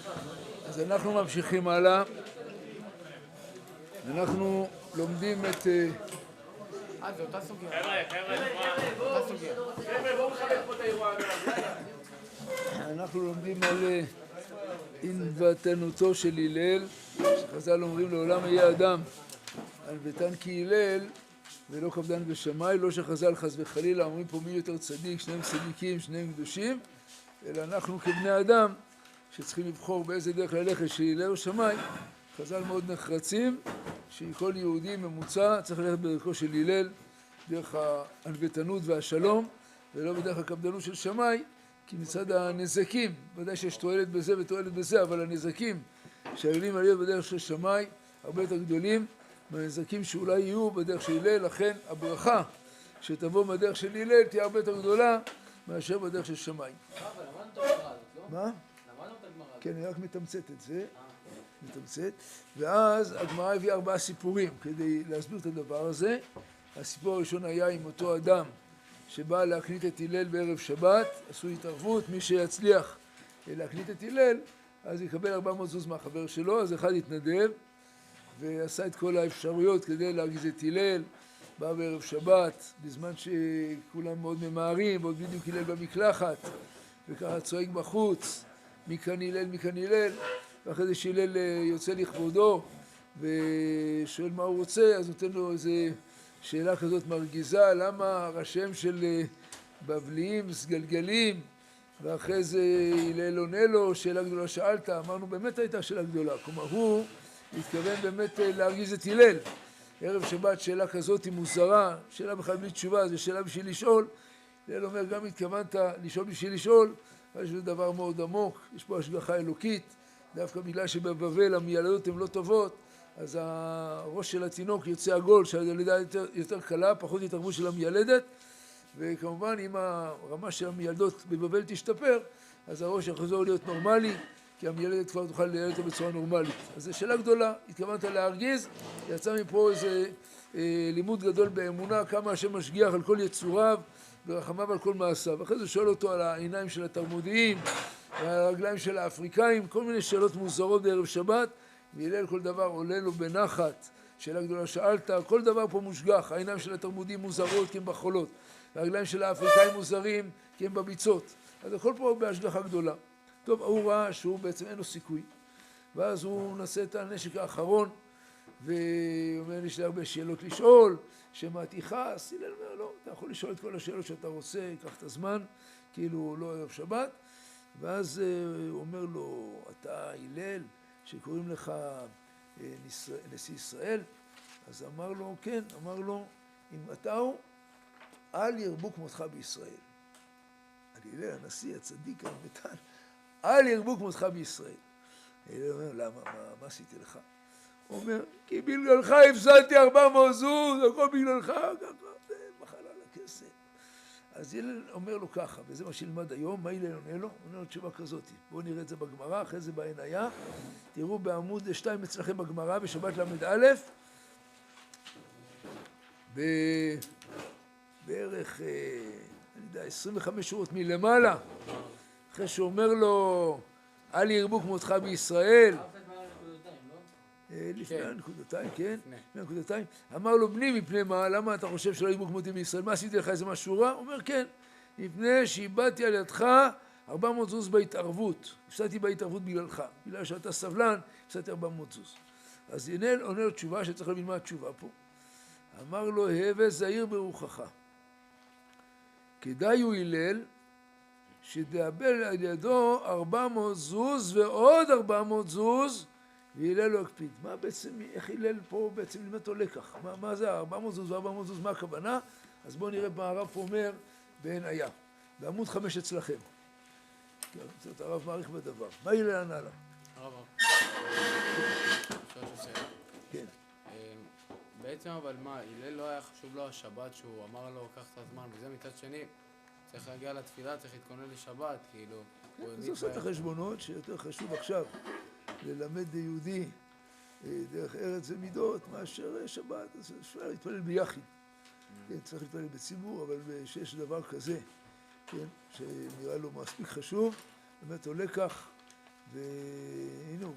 אז אנחנו ממשיכים הלאה. אנחנו לומדים את... זה אותה סוגיה. אותה סוגיה. בואו נחלק פה את האירוע. אנחנו לומדים על ענוותנותו של הלל, שחז"ל אומרים לעולם יהיה אדם ענוותן כהלל ולא קפדן בשמיים, לא שחז"ל חס וחלילה אומרים פה מי יותר צדיק, שניהם צדיקים, שניהם קדושים, אלא אנחנו כבני אדם שצריכים לבחור באיזה דרך ללכת, שהלל או שמיים. חז"ל מאוד נחרצים שכל יהודי ממוצע צריך ללכת בדרכו של הלל, דרך הענוותנות והשלום, ולא בדרך הקפדנות של שמיים, כי מצד הנזקים, ודאי שיש תועלת בזה ותועלת בזה, אבל הנזקים שעלולים להיות בדרך של שמיים הרבה יותר גדולים מהנזקים שאולי יהיו בדרך של הלל. לכן הברכה שתבוא בדרך של הלל תהיה הרבה יותר גדולה מאשר בדרך של שמיים. אבל למדנו את הגמרא הזאת, לא? מה? למדנו את הגמרא הזאת. כן, אני רק מתמצת את זה. מתמצת. ואז הגמרא הביאה 4 סיפורים כדי להסביר את הדבר הזה. הסיפור הראשון היה עם אותו אדם שבא להקנית את הלל בערב שבת, עשו התערבות, מי שיצליח להקנית את הלל אז יקבל 400 זוז מהחבר שלו. אז אחד התנדב ועשה את כל האפשרויות כדי להרגיז את הלל, בא בערב שבת בזמן שכולם מאוד ממהרים, ועוד בדיוק הלל במקלחת וככה צועק בחוץ מכאן הלל מכאן הלל, ואחרי זה שהלל יוצא לכבודו ושואל מה הוא רוצה, אז נותן לו איזה שאלה כזאת מרגיזה, למה ראשיהם של בבליים סגלגלים, ואחרי זה הלל עונה לו, שאלה גדולה שאלת. אמרנו באמת הייתה שאלה גדולה, כלומר הוא התכוון באמת להרגיז את הלל. ערב שבת שאלה כזאת היא מוזרה, שאלה בכלל בלי תשובה, זה שאלה בשביל לשאול. הלל אומר גם התכוונת לשאול בשביל לשאול, אבל זה דבר מאוד עמוק, יש פה השגחה אלוקית, דווקא בגלל שבבבל המילדות הן לא טובות, אז הראש של התינוק יוצא עגול, שהלידה יותר קלה, פחות התערבות של המילדת, וכמובן אם הרמה של המילדות בבבל תשתפר, אז הראש יחזור להיות נורמלי, כי המילדת כבר תוכל לילד אותו בצורה נורמלית. אז זו שאלה גדולה, התכוונת להרגיז, יצא מפה איזה לימוד גדול באמונה, כמה השם משגיח על כל יצוריו, ורחמיו על כל מעשיו. אחרי זה שואל אותו על העיניים של התרמודיים, ועל הרגליים של האפריקאים, כל מיני שאלות מוזרות בערב שבת, והלל כל דבר עולה לו בנחת. שאלה גדולה שאלת, כל דבר פה מושגח, העיניים של התרמודיים מוזרות כי הם בחולות, והרגליים של האפריקאים מוזרים כי הם בביצות. אז הכל פה בהשגחה גדולה. טוב, הוא ראה שהוא בעצם אין לו סיכוי, ואז הוא נשא את הנשק האחרון, ואומר לי הרבה שאלות לשאול, שמה תכעס? הלל אומר, לא, אתה יכול לשאול את כל השאלות שאתה רוצה, קח את הזמן, כאילו לא ערב שבת. ואז הוא אומר לו, אתה הלל, שקוראים לך נשיא ישראל? אז אמר לו, כן, אמר לו, אם אתה הוא, אל ירבו כמותך בישראל. הלל, הנשיא, הצדיק, המתן, אל ירבו כמותך בישראל. הלל אומר, למה? מה עשיתי לך? הוא אומר, כי בגללך הפסדתי 400 זוז, הכל בגללך, ככה, מחלה על הכסף. אז הלל אומר לו ככה, וזה מה שילמד היום, מה הלל עונה לו? עונה לו תשובה כזאת. בואו נראה את זה בגמרא, אחרי זה בעניה. תראו בעמוד 2 אצלכם בגמרא, בשבת ל"א, בערך, אני יודע, 25 שורות מלמעלה, אחרי שהוא אומר לו, אל ירבו כמותך בישראל, לפני הנקודתיים, כן? לפני הנקודתיים. אמר לו, בני, מפני מה? למה אתה חושב שלא ירבו כמותי בישראל? מה עשיתי לך, איזה משהו רע? הוא אומר, כן, מפני שאיבדתי על ידך 400 זוז בהתערבות. הפסדתי בהתערבות בגללך. בגלל שאתה סבלן, הפסדתי 400 זוז. אז הלל עונה לו תשובה שצריך להבין מה התשובה פה. אמר לו, הווה זהיר ברוחך. כדאי הוא הלל שתאבל על ידו 400 זוז ועוד 400 זוז, והלל לא הקפיד. מה בעצם, איך הלל פה בעצם לימד אותו לקח? מה זה 400 זוז ו400 זוז, מה הכוונה? אז בואו נראה מה הרב פה אומר בעניה. בעמוד 5 אצלכם. זאת הרב מעריך בדבר. מה הלל ענה לה? הרב, אפשר לשאול שאלה? כן. בעצם אבל מה, הלל לא היה חשוב לו השבת שהוא אמר לו קח את הזמן, וזה מצד שני צריך להגיע לתפילה, צריך להתכונן לשבת, כאילו... זה עושה את החשבונות שיותר חשוב עכשיו ללמד יהודי דרך ארץ ומידות מאשר שבת. אז אפשר להתפלל ביחיד, כן, צריך להתפלל בציבור, אבל שיש דבר כזה, כן, שנראה לו מספיק חשוב, באמת עולה כך,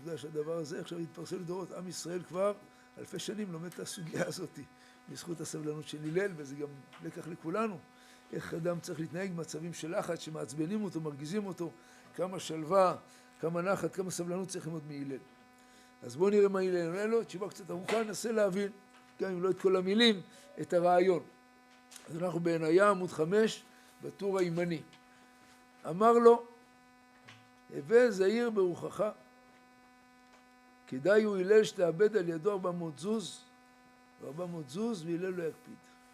העובדה שהדבר הזה עכשיו יתפרסם לדורות. עם ישראל כבר אלפי שנים לומד את הסוגיה הזאת, בזכות הסבלנות של הלל, וזה גם לקח לכולנו. איך אדם צריך להתנהג במצבים של לחץ, שמעצבנים אותו, מרגיזים אותו, כמה שלווה, כמה נחת, כמה סבלנות צריך ללמוד מהלל. אז בואו נראה מה הלל עונה לו, תשובה קצת ארוכה, ננסה להבין, גם אם לא את כל המילים, את הרעיון. אז אנחנו בעניה, עמוד 5, בטור הימני. אמר לו, הווה זהיר ברוחך, כדאי הוא הלל שתאבד על ידו 400 זוז, והלל לא יקפיד.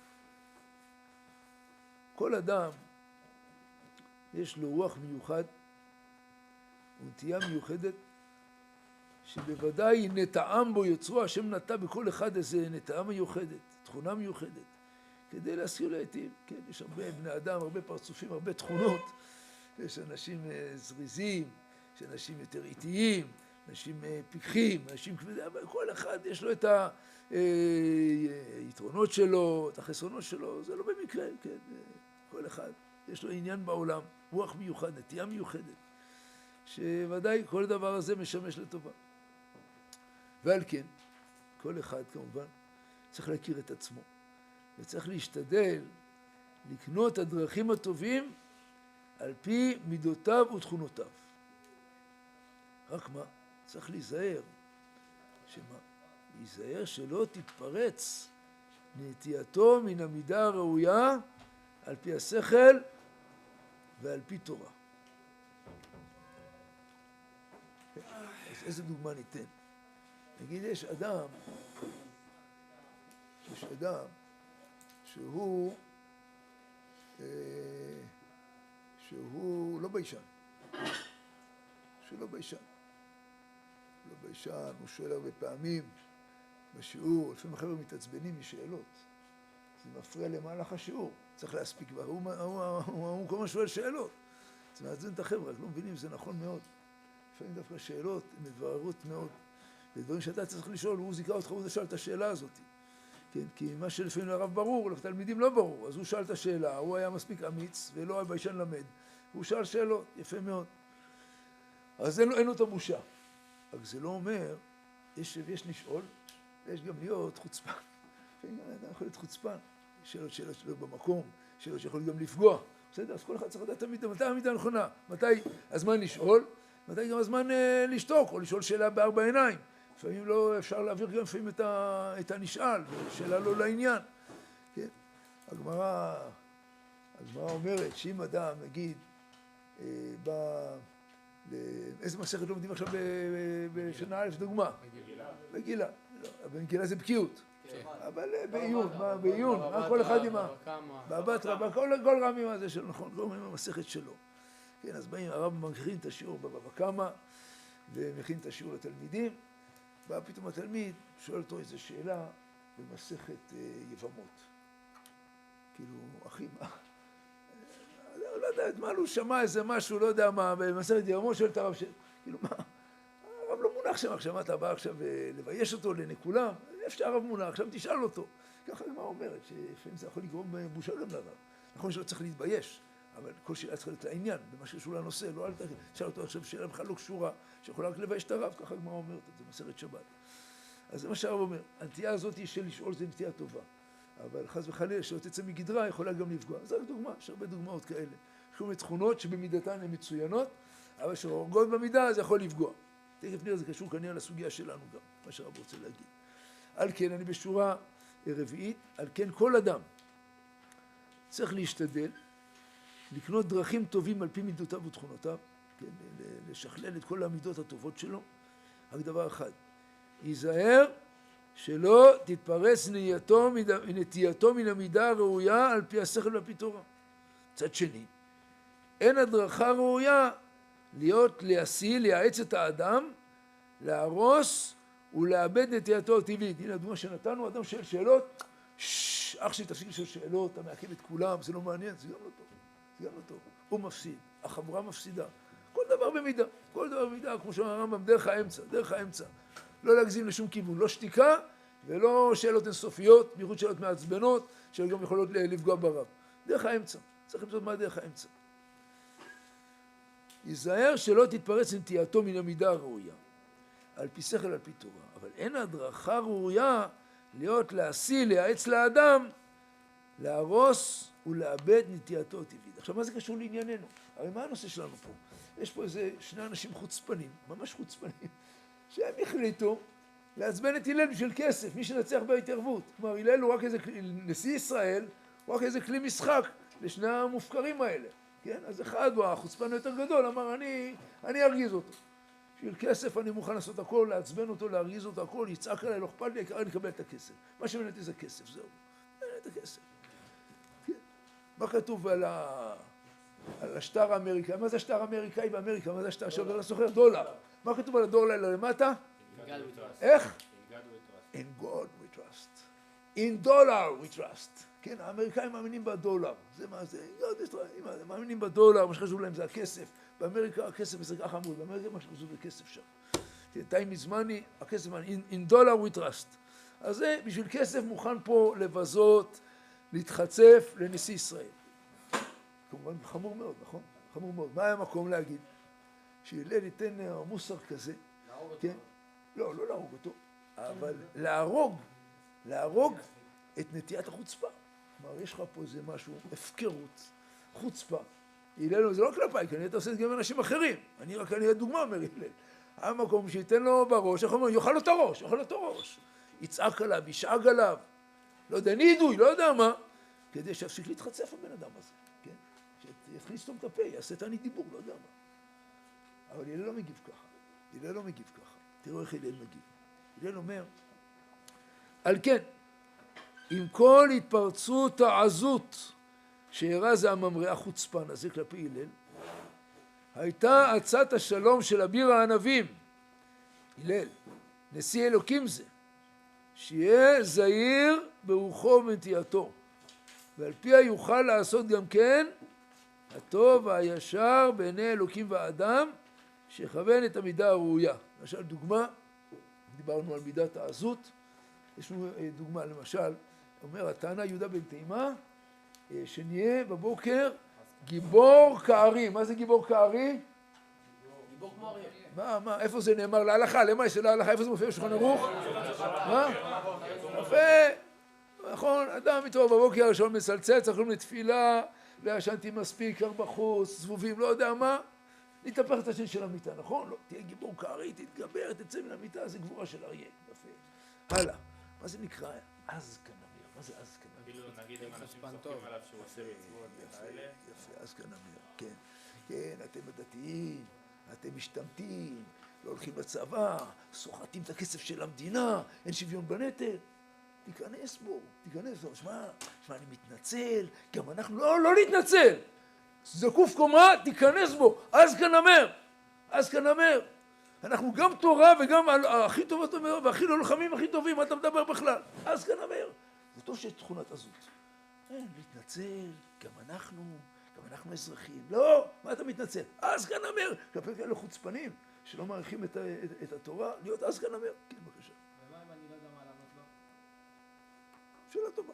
כל אדם יש לו רוח מיוחד ונטייה מיוחדת שבוודאי נטעם בו יוצרו, השם נטע בכל אחד איזה נטעה מיוחדת, תכונה מיוחדת, כדי להזכיר לעתים. כן, יש הרבה בני אדם, הרבה פרצופים, הרבה תכונות. יש אנשים זריזים, יש אנשים יותר איטיים, אנשים פיקחים, אנשים כבדים, אבל כל אחד יש לו את היתרונות שלו, את החסרונות שלו, זה לא במקרה, כן, כל אחד יש לו עניין בעולם, רוח מיוחד, נטייה מיוחדת, שוודאי כל הדבר הזה משמש לטובה. ועל כן, כל אחד כמובן צריך להכיר את עצמו, וצריך להשתדל לקנות את הדרכים הטובים על פי מידותיו ותכונותיו. רק מה? צריך להיזהר. שמה? להיזהר שלא תתפרץ נטייתו מן המידה הראויה על פי השכל ועל פי תורה. אז איזה דוגמה ניתן? נגיד יש אדם שהוא לא ביישן. הוא שואל הרבה פעמים בשיעור, לפעמים החבר'ה מתעצבנים משאלות. זה מפריע למהלך השיעור, צריך להספיק, הוא כל הזמן שואל שאלות. זה מעצבן את החבר'ה, לא מבינים, זה נכון מאוד. לפעמים דווקא שאלות הן מבארות מאוד. ודברים שאתה צריך לשאול, הוא זיכה אותך, הוא שאל את השאלה הזאת. כן, כי מה שלפעמים לרב ברור, לתלמידים לא ברור. אז הוא שאל את השאלה, הוא היה מספיק אמיץ ולא היה ביישן למד. הוא שאל שאלות, יפה מאוד. אז אין לו את הבושה. רק זה לא אומר, יש לשאול, ויש גם להיות חוצפן. לפעמים אתה יכול להיות חוצפן. שאלות שלא במקום, שאלות שיכול גם לפגוע. בסדר, אז כל אחד צריך לדעת מתי המידה הנכונה. מתי הזמן לשאול, מתי גם הזמן לשתוק, או לשאול שאלה בארבע עיניים. לפעמים לא אפשר להעביר גם לפעמים את הנשאל, ושאלה לא לעניין. כן? הגמרא אומרת שאם אדם, נגיד, איזה מסכת לומדים עכשיו בשנה א' דוגמה? בגילה. בגילה זה בקיאות. אבל בעיון, מה כל אחד עם בבת רבה, כל רמי מה זה שלו, נכון, כל רמי המסכת שלו. כן, אז באים, הרב מכין את השיעור בבבא קמא, ומכין את השיעור לתלמידים, בא פתאום התלמיד, שואל אותו איזו שאלה במסכת יבמות. כאילו, אחי, מה? לא יודע, מה הוא שמע איזה משהו, לא יודע מה, במסכת יבמות שואל את הרב כאילו, מה? הרב לא מונח שם, עכשיו אתה בא עכשיו לבייש אותו לכולם, איפה שהרב מונח, עכשיו תשאל אותו. ככה הגמרא אומרת, שלפעמים זה יכול לגרום בושה גם לרב. נכון שלא צריך להתבייש, אבל כל שאלה צריכה להיות לעניין, במה שקשור לנושא, לא אל תשאל אותו עכשיו שאלה בכלל לא קשורה, שיכולה רק לבייש את הרב, ככה הגמרא אומרת, זה מסכת שבת. אז זה מה שהרב אומר, הנטייה הזאת של לשאול זה נטייה טובה, אבל חס וחלילה שלא תצא מגדרה יכולה גם לפגוע. זו רק דוגמה, יש הרבה דוגמאות כאלה. יש כל מיני תכונות שבמידתן הן מצוינות, אבל שהורגות במידה זה יכול לפגוע. תכף נראה, זה קשור כנראה לסוגיה שלנו גם, מה שהרב רוצה להגיד. על כן, אני בשורה רביעית, על כן כל אדם צריך להשתדל לקנות דרכים טובים על פי מידותיו ותכונותיו, כן, לשכלל את כל המידות הטובות שלו. רק דבר אחד, ייזהר שלא תתפרץ נטייתו מן המידה הראויה על פי השכל ועל פי תורה. צד שני, אין הדרכה ראויה לייעץ את האדם, להרוס ולאבד נטייתו הטבעית. הנה הדוגמה שנתנו, אדם שואל שאלות, אח שלי תפסיק לשאול שאלות, אתה מעכב את כולם, זה לא מעניין, זה גם לא טוב. זה גם לא טוב. הוא מפסיד, החבורה מפסידה. כל דבר במידה, כמו שאומר הרמב"ם, דרך האמצע. לא להגזים לשום כיוון, לא שתיקה ולא שאלות אינסופיות, בייחוד שאלות מעצבנות, שגם יכולות לפגוע ברב. דרך האמצע, צריך למצוא מה דרך האמצע. ייזהר שלא תתפרץ נטייתו מן המידה הראויה. על פי שכל, על פי תורה. אבל אין הדרכה ראויה להיות להשיא, לייעץ לאדם, להרוס ולאבד נטייתו הטבעית. עכשיו, מה זה קשור לענייננו? הרי מה הנושא שלנו פה? יש פה איזה שני אנשים חוצפנים, ממש חוצפנים, שהם החליטו לעצבן את הלל בשביל כסף, מי שנצח בהתערבות. כלומר, הלל הוא רק איזה, נשיא ישראל, הוא רק איזה כלי משחק לשני המופקרים האלה. כן? אז אחד הוא החוצפן היותר גדול, אמר, אני ארגיז אותו. בשביל כסף אני מוכן לעשות הכל, לעצבן אותו, להרגיז אותו, הכל, יצעק עליי, לא אכפת לי, העיקר אני אקבל את הכסף. מה שמעניין אותי זה כסף, זהו. מעניין את הכסף. כן. מה כתוב על השטר האמריקאי? מה זה השטר האמריקאי באמריקה? מה זה השטר שעובר לסוחר? דולר. מה כתוב על הדולר למטה? איך? In God we trust. In dollar we trust. כן, האמריקאים מאמינים בדולר. זה מה זה? הם מאמינים בדולר, מה שחשוב להם זה הכסף. באמריקה הכסף זה ככה אמרו, באמריקה מה שחשוב זה כסף שם. time is money, הכסף, in dollar we trust. אז זה בשביל כסף מוכן פה לבזות, להתחצף לנשיא ישראל. כמובן חמור מאוד, נכון? חמור מאוד. מה היה המקום להגיד? שהלל ייתן מוסר כזה, כן? לא להרוג אותו, אבל להרוג את נטיית החוצפה. כלומר, יש לך פה איזה משהו, הפקרות, חוצפה. הלל זה לא כלפיי, כי אני אתה עושה את זה גם אנשים אחרים. אני דוגמה אומר הלל. המקום שייתן לו בראש, איך אומרים? יאכל לו את הראש. יצעק עליו, ישאג עליו. לא יודע, נידוי, לא יודע מה. כדי שיפסיק להתחצף הבן אדם הזה, כן? שיתחיל לסתום את הפה, יעשה תענית דיבור, לא יודע מה. אבל הלל לא מגיב ככה. תראו איך הלל מגיב. הלל אומר, על כן, עם כל התפרצות העזות שהראה זה הממרא החוצפן הזה כלפי הלל, הייתה עצת השלום של אביר הענבים, הלל, נשיא אלוקים זה, שיהיה זהיר ברוחו ובנטייתו, ועל פיה יוכל לעשות גם כן הטוב והישר בעיני אלוקים והאדם, שיכוון את המידה הראויה. למשל דוגמה, דיברנו על מידת העזות, יש לנו דוגמה למשל, אומר התנא יהודה בן תימא, שנהיה בבוקר גיבור כארי. מה זה גיבור כארי? גיבור כמו אריה. מה, איפה זה נאמר להלכה? למה יש להלכה? איפה זה מופיע בשולחן ערוך? מה? יפה, נכון, אדם מתעורר בבוקר הראשון מצלצל, צריכים לתפילה, לא ישנתי מספיק, קר בחוץ, זבובים, לא יודע מה, נתהפך את השן של המיטה, נכון? לא, תהיה גיבור כארי, תתגבר, תצא מן המיטה, זה גבורה של אריה. יפה. הלאה. מה זה נקרא? אז כנמר. מה זה אז כנמר? כאילו, נגיד אם אנשים צוחקים עליו שהוא עושה מצוות וכאלה. יפה, אז כנמר, כן. כן, אתם הדתיים, אתם משתמטים, לא הולכים לצבא, סוחטים את הכסף של המדינה, אין שוויון בנטל. תיכנס בו, שמע, אני מתנצל, גם אנחנו, לא להתנצל. זקוף קומה, תיכנס בו, אז כנמר. אנחנו גם תורה וגם הכי טובות והכי לא לוחמים הכי טובים, מה אתה מדבר בכלל? אז כנמר. זה טוב שיש תכונת הזאת. להתנצל, גם אנחנו אזרחים. לא, מה אתה מתנצל? אז כנמר. כלפי כאלה חוצפנים שלא מעריכים את התורה, להיות אז כנמר. כן, בבקשה. ומה אם אני לא יודע מה לענות לו? שאלה טובה.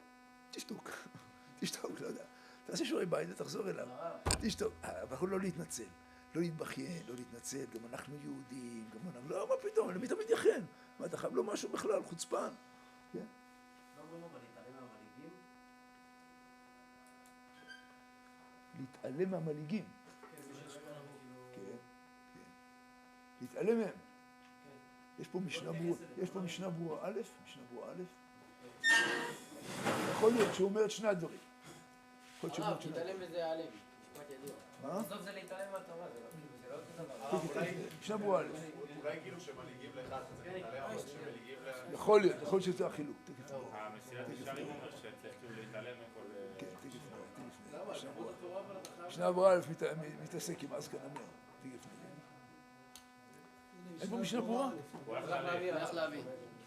תשתוק, לא יודע. תעשה שיעורי בית ותחזור אליו. תשתוק. אבל לא להתנצל. לא להתבכיין, לא להתנצל, גם אנחנו יהודים, גם אנחנו... לא, מה פתאום, אני תמיד יחן. מה, אתה חייב לו משהו בכלל, חוצפן? כן? לא אומרים אבל להתעלם מהמנהיגים? להתעלם מהמנהיגים. כן. להתעלם מהם. יש פה משנה ברורה א', יכול להיות שהוא אומר את שני הדברים. תתעלם וזה יעלם. מה? בסוף זה להתעלם מהתורה, זה לא אותו דבר. משנה ברורה א'. אולי כאילו שמנהיגים לך, זה מתעלם, אבל שמנהיגים לך... יכול להיות שזה החילוק. המסילת ישרים אומר שצריך כאילו להתעלם מכל... כן, משנה ברורה א' מתעסק עם אז כנמר. אין פה משנה ברורה? הוא הולך להביא.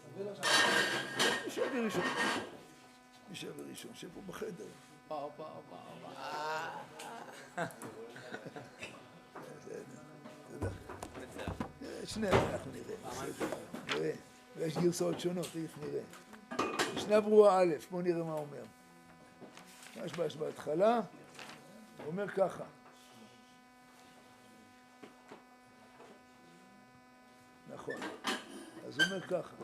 מישהו בראשון, שב פה בחדר. הופה. תודה. שניהם אנחנו נראה. ויש גרסאות שונות, תכף נראה. משנה ברורה א', בואו נראה מה אומר. מה יש בהתחלה? הוא אומר ככה. נכון. אז הוא אומר ככה.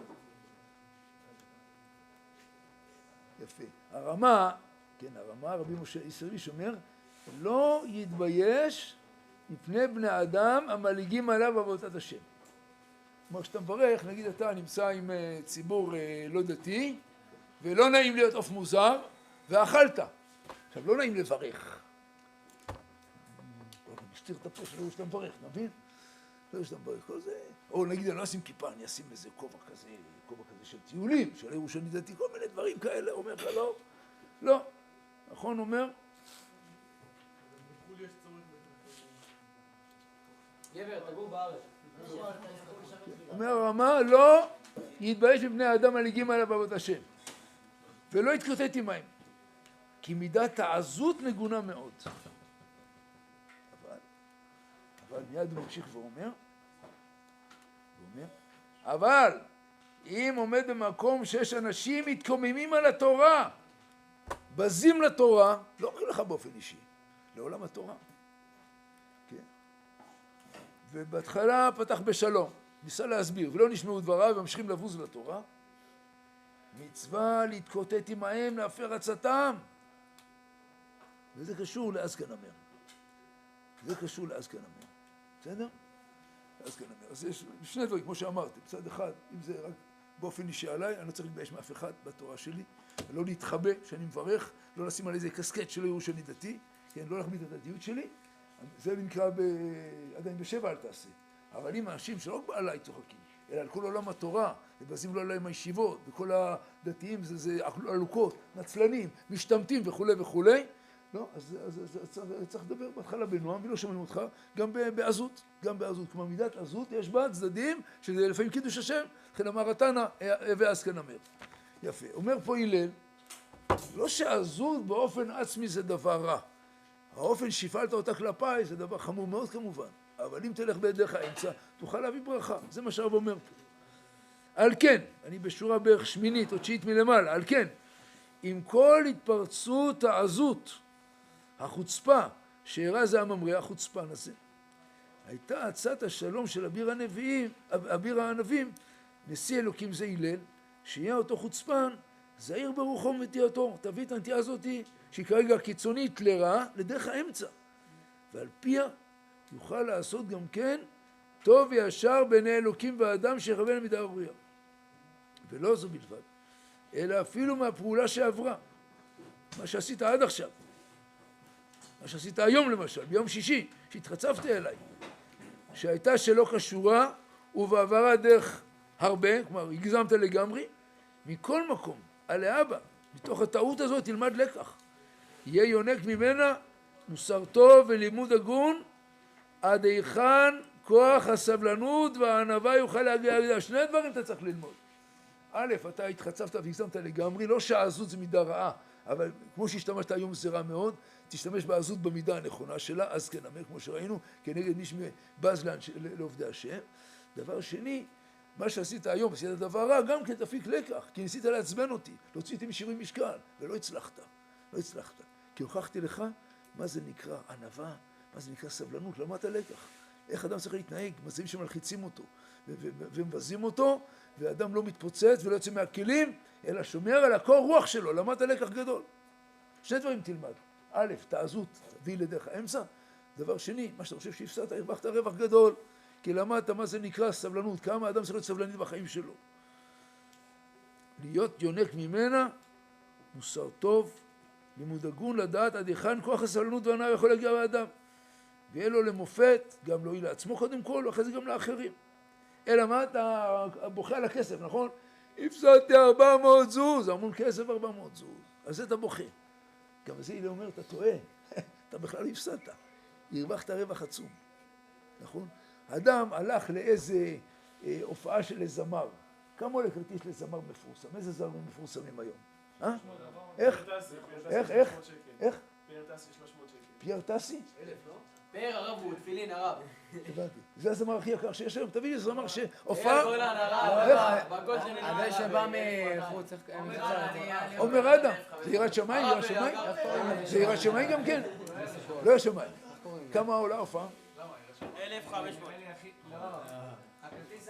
יפה. הרמה, כן, הרמה, רבי משה איסרליש אומר, לא יתבייש מפני בני אדם המלעיגים עליו עבודת השם. כלומר, כשאתה מברך, נגיד אתה נמצא עם ציבור לא דתי, ולא נעים להיות עוף מוזר, ואכלת. עכשיו, לא נעים לברך. משתיר את הפה שלו שאתה מברך, מבין? לא שאתה מברך כל זה. או נגיד, אני לא אשים כיפה, אני אשים איזה כובע כזה של טיולים, של ירושלמי דתי, כל מיני דברים כאלה. אומר לך, לא. לא. נכון, אומר? גבר, תגור בארץ. אומר הרמה, לא יתבייש מפני האדם המלעיגים עליו עבודת השם. ולא יתקוטט עמהם. כי מידת העזות מגונה מאוד. אבל מיד הוא ממשיך ואומר, אבל אם עומד במקום שיש אנשים מתקוממים על התורה, בזים לתורה, לא אומרים לך באופן אישי, לעולם התורה. כן? ובהתחלה פתח בשלום, ניסה להסביר, ולא נשמעו דבריו וממשיכים לבוז לתורה, מצווה להתקוטט עמהם, להפר עצתם. וזה קשור לאזכן אמר. זה קשור לאזכן אמר. בסדר? לאזכן אמר. אז יש שני דברים, כמו שאמרתי. מצד אחד, אם זה רק באופן אישי עליי, אני לא צריך להתבייש מאף אחד בתורה שלי. לא להתחבא שאני מברך, לא לשים על איזה קסקט שלא יראו שאני דתי, כן? לא להחמיד את הדתיות שלי. זה נקרא עדיין בשבע אל תעשה. אבל אם האנשים שלא עליי צוחקים, אלא על כל עולם התורה, ובזים לא עליהם הישיבות, וכל הדתיים זה עלוקות, נצלנים, משתמטים וכו' וכו', לא? אז צריך לדבר בהתחלה בנועם, ולא שומעים אותך, גם בעזות, גם בעזות. כלומר, מידת עזות יש בה צדדים, שזה לפעמים קידוש השם, לכן אמר התנא, ועזקן אמר. יפה. אומר פה הלל, לא שעזות באופן עצמי זה דבר רע. האופן שהפעלת אותה כלפיי זה דבר חמור מאוד כמובן. אבל אם תלך בדרך האמצע, תוכל להביא ברכה. זה מה שהרב אומר פה. על כן, אני בשורה בערך שמינית או תשיעית מלמעלה, על כן, עם כל התפרצות העזות, החוצפה, שהראה זה הממריא, החוצפן הזה, הייתה עצת השלום של אביר הענבים, נשיא אלוקים זה הלל, שיהיה אותו חוצפן, זהיר ברוחו ומנטיעתו. תביא את הנטיעה הזאת, שהיא כרגע קיצונית לרעה, לדרך האמצע. ועל פיה יוכל לעשות גם כן טוב וישר בעיני אלוקים והאדם שיכוון למידה הבריאה. ולא זו בלבד, אלא אפילו מהפעולה שעברה, מה שעשית עד עכשיו, מה שעשית היום למשל, ביום שישי, שהתחצפת אליי, שהייתה שלא קשורה ובעברה דרך הרבה, כלומר הגזמת לגמרי, מכל מקום, על האבא, מתוך הטעות הזאת תלמד לקח. יהיה יונק ממנה מוסר טוב ולימוד הגון, עד היכן כוח הסבלנות והענווה יוכל להגיע. שני דברים אתה צריך ללמוד. א', אתה התחצפת והגזמת לגמרי, לא שהעזות זה מידה רעה, אבל כמו שהשתמשת היום זה רע מאוד, תשתמש בעזות במידה הנכונה שלה, אז כן אמר, כמו שראינו, כנגד מי שבז לעובדי השם. דבר שני, מה שעשית היום, עשית דבר רע, גם כן תפיק לקח, כי ניסית לעצבן אותי, להוציא אותי משיווי משקל, ולא הצלחת, לא הצלחת. כי הוכחתי לך מה זה נקרא ענווה, מה זה נקרא סבלנות, למדת לקח. איך אדם צריך להתנהג, מצבים שמלחיצים אותו ומבזים אותו, ואדם לא מתפוצץ ולא יוצא מהכלים, אלא שומר על הקור רוח שלו, למדת לקח גדול. שני דברים תלמד. א', תעזות, תביא לדרך האמצע. דבר שני, מה שאתה חושב שהפסדת, הרווחת רווח גדול, כי למדת מה זה נקרא סבלנות, כמה אדם צריך להיות סבלני בחיים שלו. להיות יונק ממנה, מוסר טוב, לימוד הגון לדעת עד היכן כוח הסבלנות והנאה יכול להגיע באדם. ויהיה לו למופת, גם לא יהיה לעצמו קודם כל, ואחרי זה גם לאחרים. אלא מה אתה בוכה על הכסף, נכון? הפסדתי 400 זוז, המון כסף 400 זוז. אז זה אתה בוכה. גם זה הנה אומר, אתה טועה, אתה בכלל הפסדת. הרווחת רווח עצום, נכון? אדם הלך לאיזה הופעה של זמר. כמה עולה כרטיס לזמר מפורסם? איזה זמרים מפורסמים היום? איך? איך? פייר טסי 300 שקל. פייר טסי? 1,000, לא? פייר הרב הוא תפילין הרב. הבנתי. זה הזמר הכי יקר שיש היום. תביא לי זמר שהופעה... זה שבא מחוץ. עומר אדם. זה יראת שמיים? יראת שמיים? זה יראת שמיים גם כן? לא יראת שמיים. כמה עולה הופעה? 1,500. הכרטיס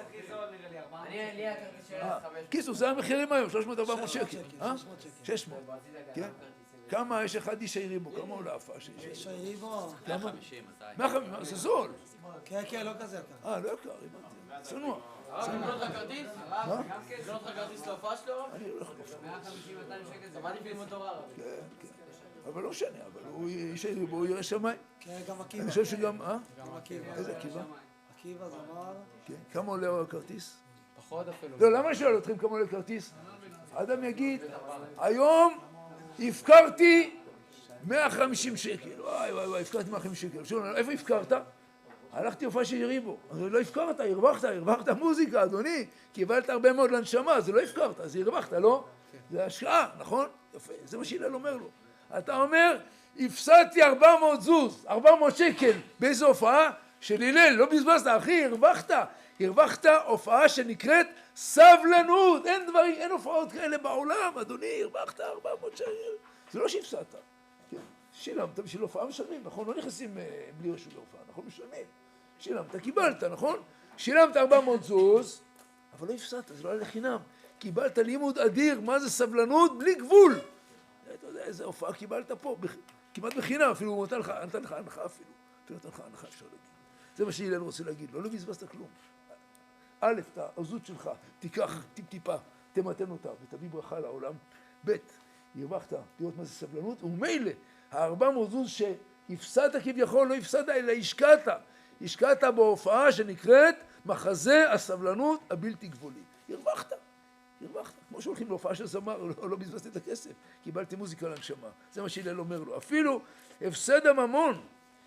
הכי זול נראה לי 400. אני לי הכרטיס של 500. קיצור, זה המחירים היום, 300-400 שקל. 600. כן? כמה יש אחד איש העיריבו? כמה עולה ההופעה של איש העיריבו? יש העיריבו. 150, 150, זה זול. כן, לא כזה יקר. לא יקר, הבנתי. צנוע. הרב, לקנות לך כרטיס? הרב, לקנות לך כרטיס להופעה שלו? אני הולך להופעה. 150-200 שקל, זה מעדיף ללמוד תורה, הרב. כן, כן. אבל לא משנה, אבל הוא איש העיריבו, הוא ירא שמיים. כן, גם עקיבא. אני חושב שגם, גם עקיבא. איזה עקיבא? עקיבא זמר. כן. כמה עולה הכרטיס? פחות אפילו. לא, למה אני שואל אתכם כמה עולה כרטיס? אדם יגיד, היום הפקרתי 150 שקל. וואי, הפקרתי 150 שקל. שואל, איפה הפקרת? הלכתי הופעה שהריבו. אז לא הפקרת, הרווחת מוזיקה, אדוני. קיבלת הרבה מאוד לנשמה, זה לא הפקרת, אז הרווחת, לא? זה השקעה, נכון? יפה, זה מה שהלל אומר לו. אתה אומר, הפסדתי 400 זוז, 400 שקל באיזו הופעה של הלל, לא בזבזת, אחי, הרווחת הופעה שנקראת סבלנות. אין הופעות כאלה בעולם, אדוני, הרווחת 400 שקל. זה לא שהפסדת. שילמת בשביל הופעה משלמים, נכון? לא נכנסים בלי רשות להופעה, נכון? משלמים. שילמת, קיבלת, נכון? שילמת 400 זוז, אבל לא הפסדת, זה לא היה לחינם. קיבלת לימוד אדיר, מה זה סבלנות? בלי גבול. אתה יודע, איזה הופעה קיבלת פה, כמעט בחינם, אפילו הוא נתן לך הנחה אפילו. נתן לך הנחה, אפשר להגיד. זה מה שהלל רוצה להגיד, לא בזבזת כלום. א', את העזות שלך, תיקח טיפה, תמתן אותה ותביא ברכה לעולם. ב', הרווחת לראות מה זה סבלנות, ומילא, 400 זוז שהפסדת כביכול, לא הפסדת אלא השקעת בהופעה שנקראת מחזה הסבלנות הבלתי גבולי. הרווחת. כמו שהולכים להופעה של זמר, לא בזבזתי את הכסף, קיבלתי מוזיקה לנשמה. זה מה שהלל אומר לו. אפילו הפסד הממון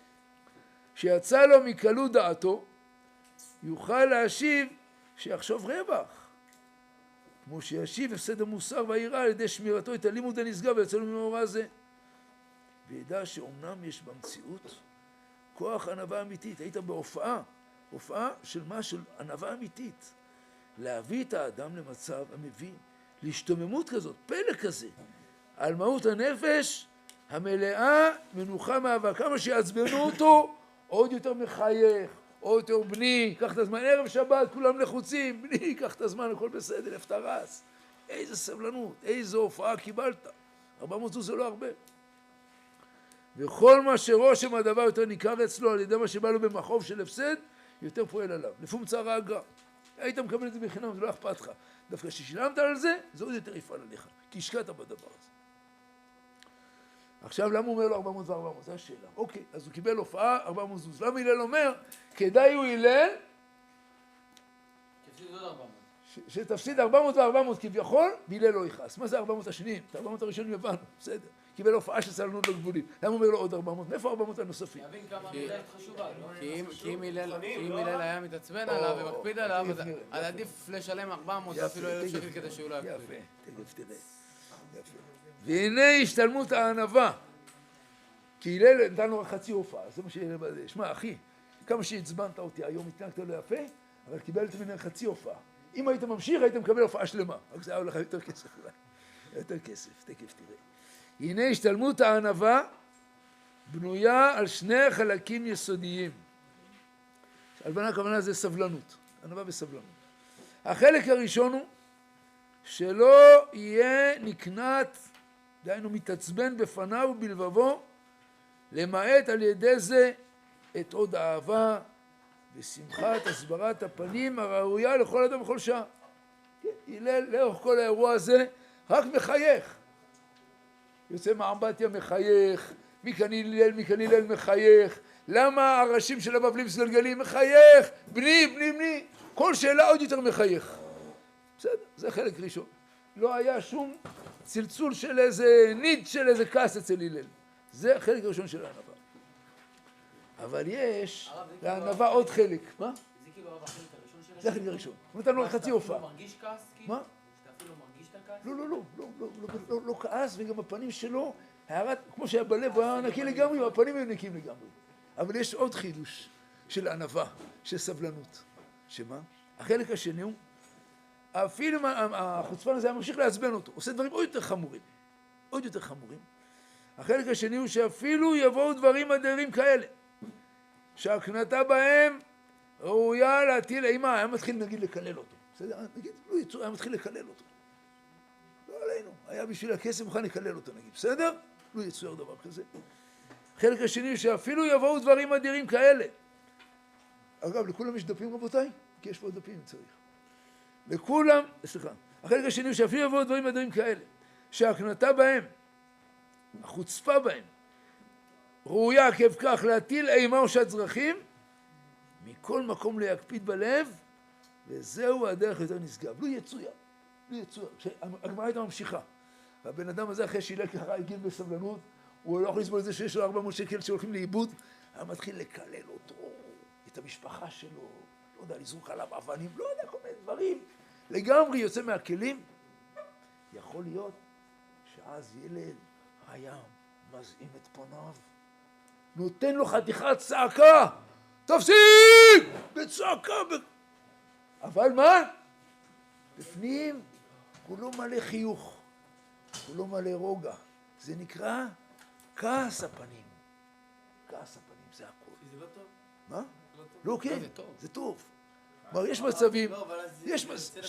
שיצא לו מקלות דעתו, יוכל להשיב שיחשוב רווח. כמו שישיב הפסד המוסר והיראה על ידי שמירתו את הלימוד הנשגב ויצא לו ממאורע זה. וידע שאומנם יש במציאות כוח ענווה אמיתית. היית בהופעה, הופעה של מה? של ענווה אמיתית. להביא את האדם למצב המביא להשתוממות כזאת, פלא כזה, על מהות הנפש המלאה מנוחה מאהבה. כמה שיעצבנו אותו, עוד יותר מחייך, עוד יותר בני, קח את הזמן, ערב שבת, כולם לחוצים, בני, קח את הזמן, הכל בסדר, איפה אתה רץ. איזה סבלנות, איזו הופעה קיבלת. 400 זוז זה לא הרבה. וכל מה שרושם הדבר יותר ניכר אצלו על ידי מה שבא לו במחוב של הפסד, יותר פועל עליו. לפום צער האגרה. היית מקבל את זה בחינם, זה לא אכפת לך. דווקא כששילמת על זה, זה עוד יותר יפעל עליך, כי השקעת בדבר הזה. עכשיו, למה הוא אומר לו 400 ו-400? זו השאלה. אוקיי, אז הוא קיבל הופעה, 400 זוז. למה הלל אומר? כדאי הוא הלל תפסיד עוד 400. שתפסיד 400 ו-400 כביכול, והלל לא יכעס. מה זה 400 השניים? את 400 הראשונים הבנו, בסדר. קיבל הופעה של סבלנות לא גבולית. למה הוא אומר לו עוד 400? מאיפה 400 הנוספים? יבין כמה מידה חשובה, לא? כי אם הלל היה מתעצבן עליו ומקפיד עליו, אז עדיף לשלם 400 אפילו 1,000 שקל כדי שהוא לא יקפיד. יפה, תכף תראה. יפה. והנה השתלמות הענווה. כי הלל נתן לו רק חצי הופעה, זה מה שהלל בזה. שמע, אחי, כמה שהצבנת אותי היום, התנהגת לו יפה, אבל קיבלת ממנו חצי הופעה. אם היית ממשיך, היית מקבל הופעה שלמה. רק זה היה הולך יותר כסף אולי. יותר כסף, תכף תראה. הנה השתלמות הענווה בנויה על שני חלקים יסודיים. הלבנה הכוונה זה סבלנות, ענווה וסבלנות. החלק הראשון הוא שלא יהיה נקנת, דהיינו מתעצבן בפניו ובלבבו, למעט על ידי זה את עוד האהבה ושמחת הסברת הפנים הראויה לכל אדם בכל שעה. הלל לאורך כל האירוע הזה רק מחייך. יוצא מהאמבטיה מחייך, מכאן הלל מחייך. למה הראשים של הבבלים סגלגלים מחייך? בני, כל שאלה עוד יותר מחייך. בסדר, זה חלק ראשון. לא היה שום צלצול של איזה ניד של איזה כעס אצל הלל. זה החלק הראשון של הענווה. אבל יש לענווה עוד חלק. מה? זה כאילו החלק הראשון של זה החלק הראשון. הוא נתן לו חצי הופעה. אתה מרגיש כעס? מה? שאתה אפילו מרגיש את הכעס? לא כעס, וגם הפנים שלו, הערת, כמו שהיה בלב, הוא היה נקי לגמרי, והפנים היו נקיים לגמרי. אבל יש עוד חידוש של ענווה, של סבלנות. שמה? החלק השני הוא, אפילו החוצפן הזה היה ממשיך לעצבן אותו, עושה דברים עוד יותר חמורים. החלק השני הוא שאפילו יבואו דברים אדירים כאלה, שהקנתה בהם ראויה להטיל אימה, היה מתחיל נגיד לקלל אותו. בסדר? נגיד, לא יצור, היה מתחיל לקלל אותו. לא עלינו, היה בשביל הכסף מוכן לקלל אותו נגיד, בסדר? לא יצור דבר כזה. חלק השני שאפילו יבואו דברים אדירים כאלה. אגב, לכולם יש דפים רבותיי? כי יש פה דפים אם צריך. לכולם, סליחה, החלק השני שאפילו יבואו דברים אדירים כאלה, שההקנתה בהם, החוצפה בהם, ראויה עקב כך להטיל אימה או שעת זרחים, מכל מקום להקפיד בלב, וזהו הדרך יותר נשגב. לא יצויה, לא יצויה. הגמרא הייתה ממשיכה. והבן אדם הזה אחרי שהילך ככה הגיל בסבלנות, הוא לא יכול לסבול את זה שיש לו 400 שקל שהולכים לאיבוד, היה מתחיל לקלל אותו, את המשפחה שלו, לא יודע, לזרוק עליו אבנים, לא יודע, כל מיני דברים. לגמרי יוצא מהכלים. יכול להיות שאז ילד היה מזעים את פניו, נותן לו חתיכת צעקה, תפסיק! בצעקה! אבל מה? בפנים הוא לא מלא חיוך, הוא לא מלא רוגע. זה נקרא כעס הפנים. כעס הפנים, זה הכל. זה לא טוב? מה? לא, כן, זה טוב. זה טוב. כלומר, יש מצבים, יש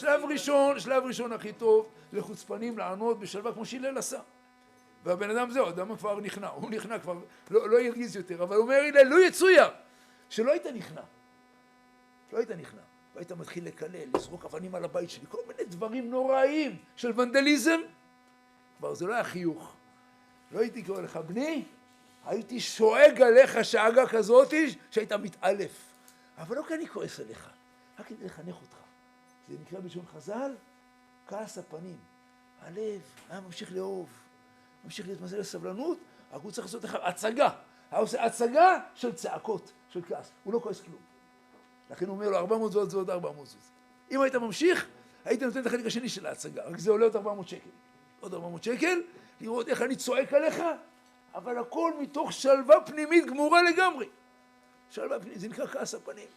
שלב ראשון הכי טוב לחוצפנים לענות בשלווה כמו שהלל עשה. והבן אדם זהו, אדם כבר נכנע, הוא נכנע כבר, לא ירגיז יותר, אבל הוא אומר, הנה, לא יצויה, שלא היית נכנע. לא היית נכנע, והיית מתחיל לקלל, לזרוק אבנים על הבית שלי, כל מיני דברים נוראים של ונדליזם. כבר זה לא היה חיוך. לא הייתי קורא לך בני, הייתי שואג עליך שאגה כזאת שהיית מתעלף. אבל לא כי אני כועס עליך, רק כדי לחנך אותך. זה נקרא בלשון חז"ל, כעס הפנים. הלב היה ממשיך לאהוב, ממשיך להתמזל לסבלנות, רק הוא צריך לעשות לך הצגה. היה עושה הצגה של צעקות, של כעס. הוא לא כועס כלום. לכן הוא אומר לו 400 זאת ועוד 400 זאת. אם היית ממשיך, היית נותן את החלק השני של ההצגה. רק זה עולה עוד 400 שקל. עוד 400 שקל, לראות איך אני צועק עליך, אבל הכל מתוך שלווה פנימית גמורה לגמרי. שלווה פנימית, זה נקרא כעס הפנים.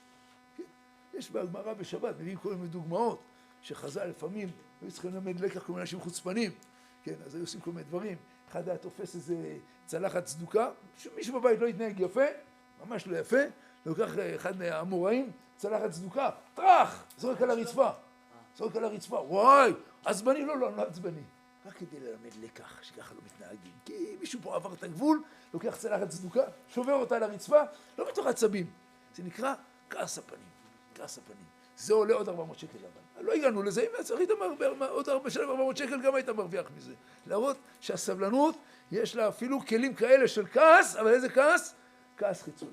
כן? יש בהגמרא בשבת, מביאים כל מיני דוגמאות, שחז"ל לפעמים, היו צריכים ללמד לקח כל מיני אנשים חוצפנים. כן, אז היו עושים כל מיני דברים. אחד היה תופס איזה צלחת צדוקה, שמישהו בבית לא התנהג יפה, ממש לא יפה, לוקח אחד מהאמוראים, צלחת צדוקה, טרח, זורק על הרצפה. זורק על הרצפה, וואי, עצבני, לא עצבני. רק כדי ללמד לקח, שככה לא מתנהגים. כי מישהו פה עבר את הגבול, לוקח צלחת צדוקה, שובר אותה על הרצפה, לא מתוך עצבים. זה נקרא כעס הפנים, כעס הפנים. זה עולה עוד 400 שקל אבל. לא הגענו לזה, אם צריך עוד 400 שקל גם היית מרוויח מזה. להראות שהסבלנות יש לה אפילו כלים כאלה של כעס, אבל איזה כעס? כעס חיצוני.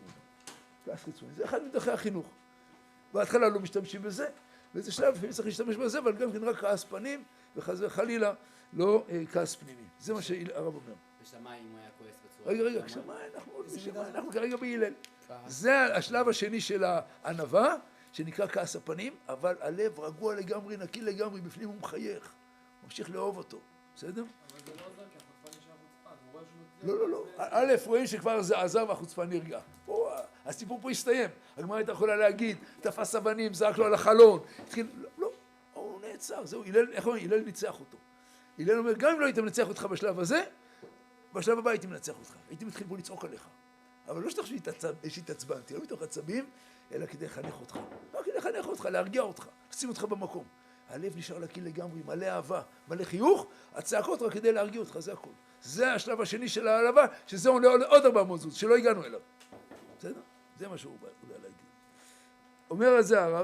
כעס חיצוני. זה אחד מדרכי החינוך. בהתחלה לא משתמשים בזה, באיזה שלב לפעמים צריך להשתמש בזה, אבל גם כן רק כעס פנים, וחס וחלילה לא כעס פנימי. זה מה שהרב אומר. בשמיים הוא היה כועס בצורה... רגע, בשמיים, אנחנו כרגע בהלל. זה השלב השני של הענווה, שנקרא כעס הפנים, אבל הלב רגוע לגמרי, נקי לגמרי, בפנים הוא מחייך. הוא ממשיך לאהוב אותו, בסדר? אבל זה לא עוזר, כי החוצפן נשאר חוצפן. הוא רואה שהוא... לא. א', רואים שכבר זה עזר והחוצפן נרגע. הסיפור פה הסתיים. הגמרא הייתה יכולה להגיד, תפס אבנים, זרק לו על החלון. התחיל, לא, הוא נעצר, זהו, איך אומרים? הלל ניצח אותו. הלל אומר, גם אם לא הייתי מנצח אותך בשלב הזה, בשלב הבא הייתי מנצח אותך. הייתי מתחיל פה לצעוק עליך. אבל לא שתחשבי שהתעצבנתי, לא מתוך עצבים, אלא כדי לחנך אותך. לא כדי לחנך אותך, להרגיע אותך, לשים אותך במקום. הלב נשאר לקי לגמרי, מלא אהבה, מלא חיוך, הצעקות רק כדי להרגיע אותך, זה הכל. זה השלב השני של העלבה, שזה עולה עוד 400 זאת, שלא הגענו אליו. בסדר? זה מה שהוא יודע להגיד. אומר על זה הרב,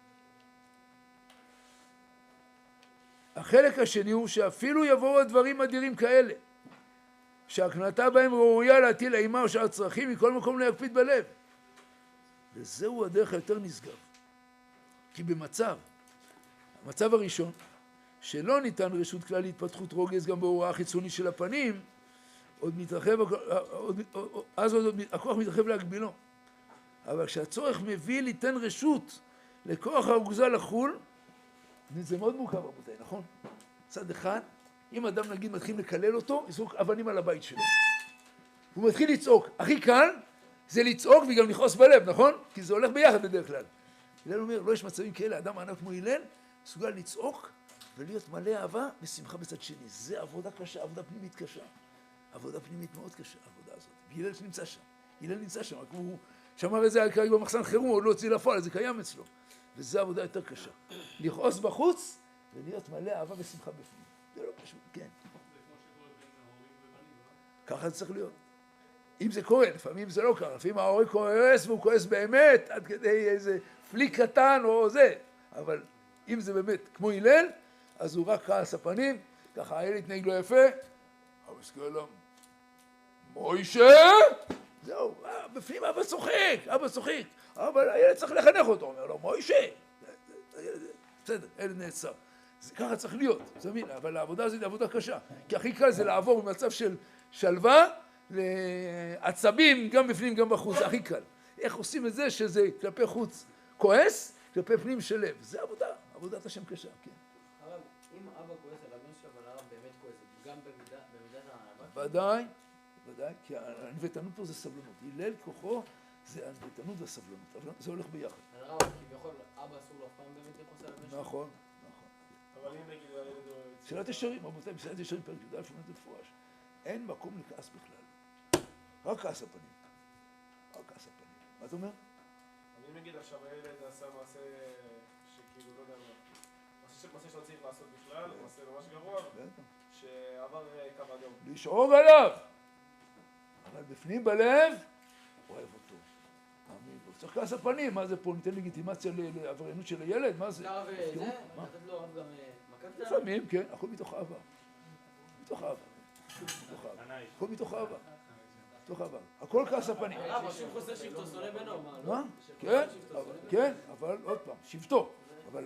החלק השני הוא שאפילו יבואו הדברים אדירים כאלה, שהקנתה בהם ראויה להטיל אימה או שעת צרכים, מכל מקום להקפיד בלב. וזהו הדרך היותר נשגב. כי המצב הראשון, שלא ניתן רשות כלל להתפתחות רוגז גם בהוראה החיצונית של הפנים, אז הכוח מתרחב להגבילו. אבל כשהצורך מביא ליתן רשות לכוח הרוגזה לחול, זה מאוד מורכב רבותיי, נכון? צד אחד, אם אדם נגיד מתחיל לקלל אותו, יזרוק אבנים על הבית שלו. הוא מתחיל לצעוק. הכי קל זה לצעוק וגם לכעוס בלב, נכון? כי זה הולך ביחד בדרך כלל. הלל אומר, לא יש מצבים כאלה, אדם ענק כמו הלל, מסוגל לצעוק ולהיות מלא אהבה ושמחה בצד שני. זה עבודה קשה, עבודה פנימית קשה. עבודה פנימית מאוד קשה, העבודה הזאת. הלל נמצא שם, רק הוא שאמר את זה היה כרגע במחסן חירום, הוא לא הוציא לפועל, זה קיים אצלו. וזו עבודה יותר קשה. לכעוס בחוץ ולהיות מלא אהבה ושמחה בפנים. זה לא פשוט, כן. ככה זה צריך להיות. אם זה קורה, לפעמים זה לא קרה, לפעמים ההורה כועס והוא כועס באמת עד כדי איזה פליק קטן או זה, אבל אם זה באמת כמו הלל, אז הוא רק כעס הפנים, ככה הילד התנהג לו יפה, אבא הסתכל עליו, מוישה! זהו, בפנים אבא צוחק, אבל הילד צריך לחנך אותו, אומר לו, מוישה! בסדר, הילד נעצר. ככה צריך להיות, זה מבין, אבל העבודה הזאת היא עבודה קשה, כי הכי קל זה לעבור במצב של שלווה, לעצבים, גם בפנים גם בחוץ, זה הכי קל. איך עושים את זה שזה כלפי חוץ כועס, כלפי פנים של לב. זה עבודה, עבודת השם קשה, כן. הרב, אם אבא כועס על הבן שלו, אבל הרב באמת כועס, גם במידת האהבה? ודאי, ודאי, כי הנבטנות פה זה סבלנות. הלל כוחו זה הנבטנות והסבלנות, אבל זה הולך ביחד. הרב, כביכול, אבא אסור לו אף פעם באמת לכעוס על הבן שלו? נכון, נכון. אבל אם נגיד הילד הוא... שאלת ישרים, רבותיי, בשאלת ישרים פרק י"א שאומרת במפורש. אין מקום לכעס בכלל. רק כעס הפנים. רק כעס הפנים. מה אתה אומר? אני נגיד עכשיו הילד עשה מעשה שכאילו לא יודע מה. מעשה שלא צריך לעשות בכלל, מעשה ממש גרוע, שעבר קו אדום. לשעוג עליו! אבל בפנים בלב, אוהב אותו. מאמין בו. צריך כעס הפנים, מה זה פה? ניתן לגיטימציה לעבריינות של הילד? מה זה? הרב, זה? לתת לו הרב גם מכת? לפעמים, כן, הכל מתוך אהבה. מתוך אהבה. הכל מתוך אהבה. מתוך אהבה. הכל כעס הפנים. הרב, השם חוסר שבטו, שונא בנו, מה? מה? כן, אבל עוד פעם, שבטו. אבל